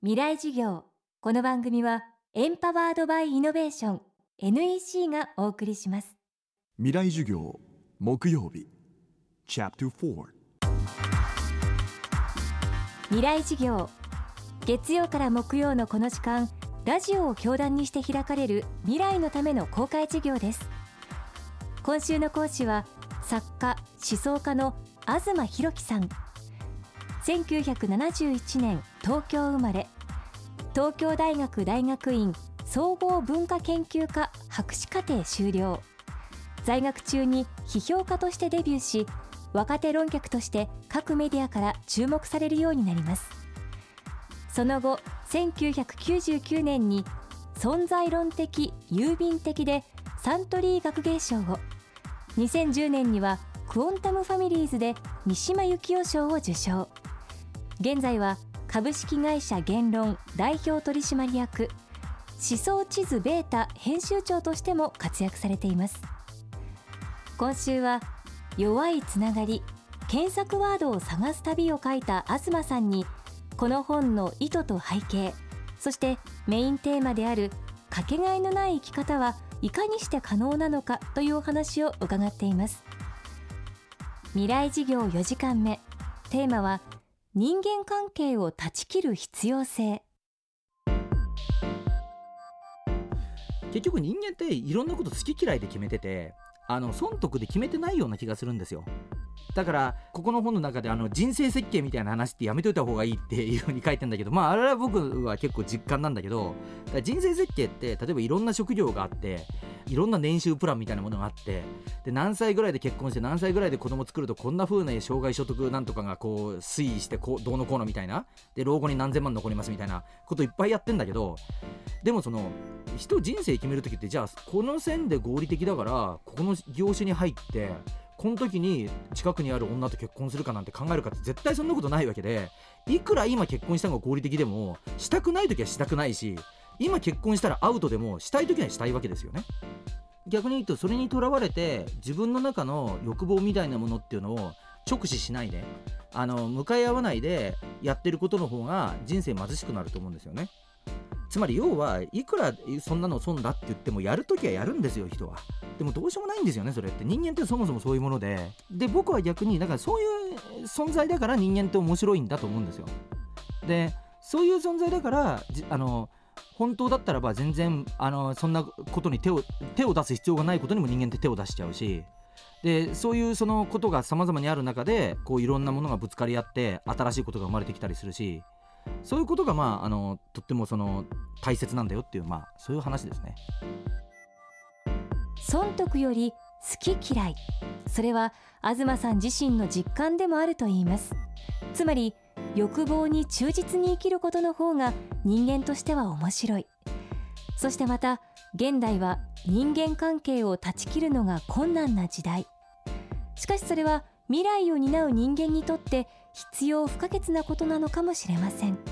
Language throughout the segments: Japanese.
未来授業。この番組はエンパワードバイイノベーション NEC がお送りします。 未来授業木曜日 Chapter 4 未来授業。月曜から木曜のこの時間、ラジオを教壇にして開かれる未来のための公開授業です。今週の講師は作家・思想家の東博樹さん。1971年東京生まれ、東京大学大学院総合文化研究科博士課程修了。在学中に批評家としてデビューし、若手論客として各メディアから注目されるようになります。その後、1999年に存在論的・郵便的でサントリー学芸賞を、2010年にはクォンタムファミリーズで三島由紀夫賞を受賞。現在は株式会社言論代表取締役、思想地図ベータ編集長としても活躍されています。今週は弱いつながり、検索ワードを探す旅を書いた東さんに、この本の意図と背景、そしてメインテーマであるかけがえのない生き方はいかにして可能なのかというお話を伺っています。未来事業4時間目、テーマは人間関係を断ち切る必要性。 結局人間っていろんなこと好き嫌いで決めてて、損得で決めてないような気がするんですよ。だからここの本の中で人生設計みたいな話ってやめといた方がいいっていう風に書いてんだけど、あれは僕は結構実感なんだけど、だから人生設計って例えばいろんな職業があって、いろんな年収プランみたいなものがあって、で何歳ぐらいで結婚して何歳ぐらいで子供作るとこんな風な障害所得なんとかがこう推移してどうのこうのみたいな、で老後に何千万残りますみたいなこといっぱいやってんだけど、でもその人生決めるときって、じゃあこの線で合理的だからここの業種に入ってこの時に近くにある女と結婚するかなんて考えるかって絶対そんなことないわけで、いくら今結婚したのが合理的でもしたくない時はしたくないし、今結婚したらアウトでもしたい時にはしたいわけですよね。逆に言うとそれにとらわれて自分の中の欲望みたいなものっていうのを直視しないで向かい合わないでやってることの方が人生貧しくなると思うんですよね。つまり要はいくらそんなの損だって言ってもやるときはやるんですよ、人は。でもどうしようもないんですよね、それって。人間ってそもそもそういうもので、僕は逆にだからそういう存在だから人間って面白いんだと思うんですよ。でそういう存在だから本当だったらば全然そんなことに手を出す必要がないことにも人間って手を出しちゃうし、でそういうそのことが様々にある中でこういろんなものがぶつかり合って新しいことが生まれてきたりするし、そういうことがとっても大切なんだよっていうそういう話ですね。 損得より好き嫌い、それは東さん自身の実感でもあるといいます。つまり欲望に忠実に生きることの方が人間としては面白い。そしてまた現代は人間関係を断ち切るのが困難な時代。しかしそれは未来を担う人間にとって必要不可欠なことなのかもしれません。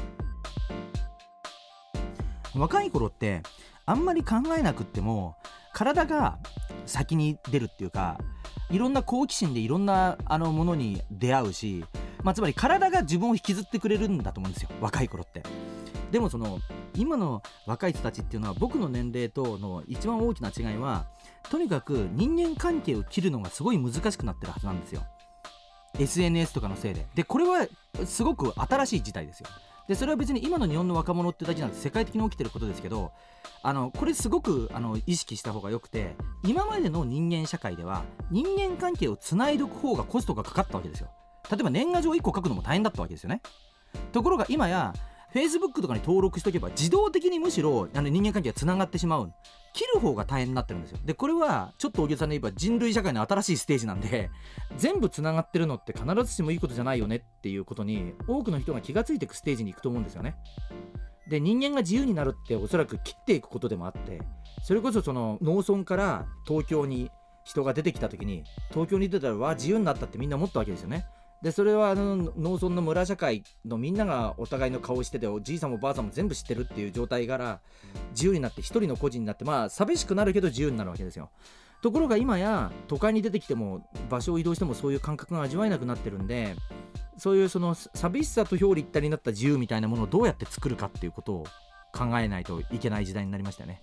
若い頃ってあんまり考えなくっても体が先に出るっていうか、いろんな好奇心でいろんなものに出会うし、つまり体が自分を引きずってくれるんだと思うんですよ、若い頃って。でも今の若い人たちっていうのは僕の年齢との一番大きな違いは、とにかく人間関係を切るのがすごい難しくなってるはずなんですよ、 SNS とかのせいで。でこれはすごく新しい事態ですよ。でそれは別に今の日本の若者ってだけなんて世界的に起きてることですけど、これすごく意識した方がよくて、今までの人間社会では人間関係をつないでおく方がコストがかかったわけですよ。例えば年賀状1個書くのも大変だったわけですよね。ところが今や Facebook とかに登録しとけば自動的にむしろ人間関係がつながってしまう。切る方が大変になってるんですよ。でこれはちょっと大げさに言えば人類社会の新しいステージなんで、全部つながってるのって必ずしもいいことじゃないよねっていうことに多くの人が気がついていくステージに行くと思うんですよね。で人間が自由になるっておそらく切っていくことでもあって、それこそ農村から東京に人が出てきた時に、東京に出たら自由になったってみんな思ったわけですよね。でそれは農村の村社会のみんながお互いの顔をしてて、おじいさんもばあさんも全部知ってるっていう状態から自由になって一人の個人になって、寂しくなるけど自由になるわけですよ。 ところが今や都会に出てきても場所を移動してもそういう感覚が味わえなくなってるんで、そういうその寂しさと表裏一体になった自由みたいなものをどうやって作るかっていうことを考えないといけない時代になりましたね。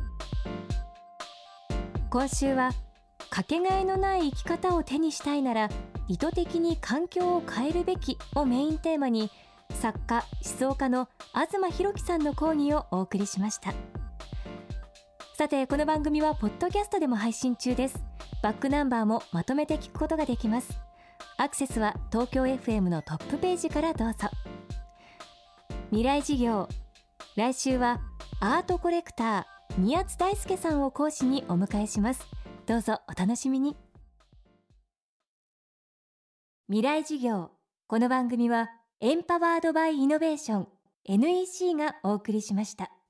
今週はかけがえのない生き方を手にしたいなら意図的に環境を変えるべきをメインテーマに、作家思想家の東博樹さんの講義をお送りしました。さて、この番組はポッドキャストでも配信中です。バックナンバーもまとめて聞くことができます。アクセスは東京 FM のトップページからどうぞ。未来事業、来週はアートコレクター宮津大輔さんを講師にお迎えします。どうぞお楽しみに。未来事業、この番組はエンパワードバイイノベーション NEC がお送りしました。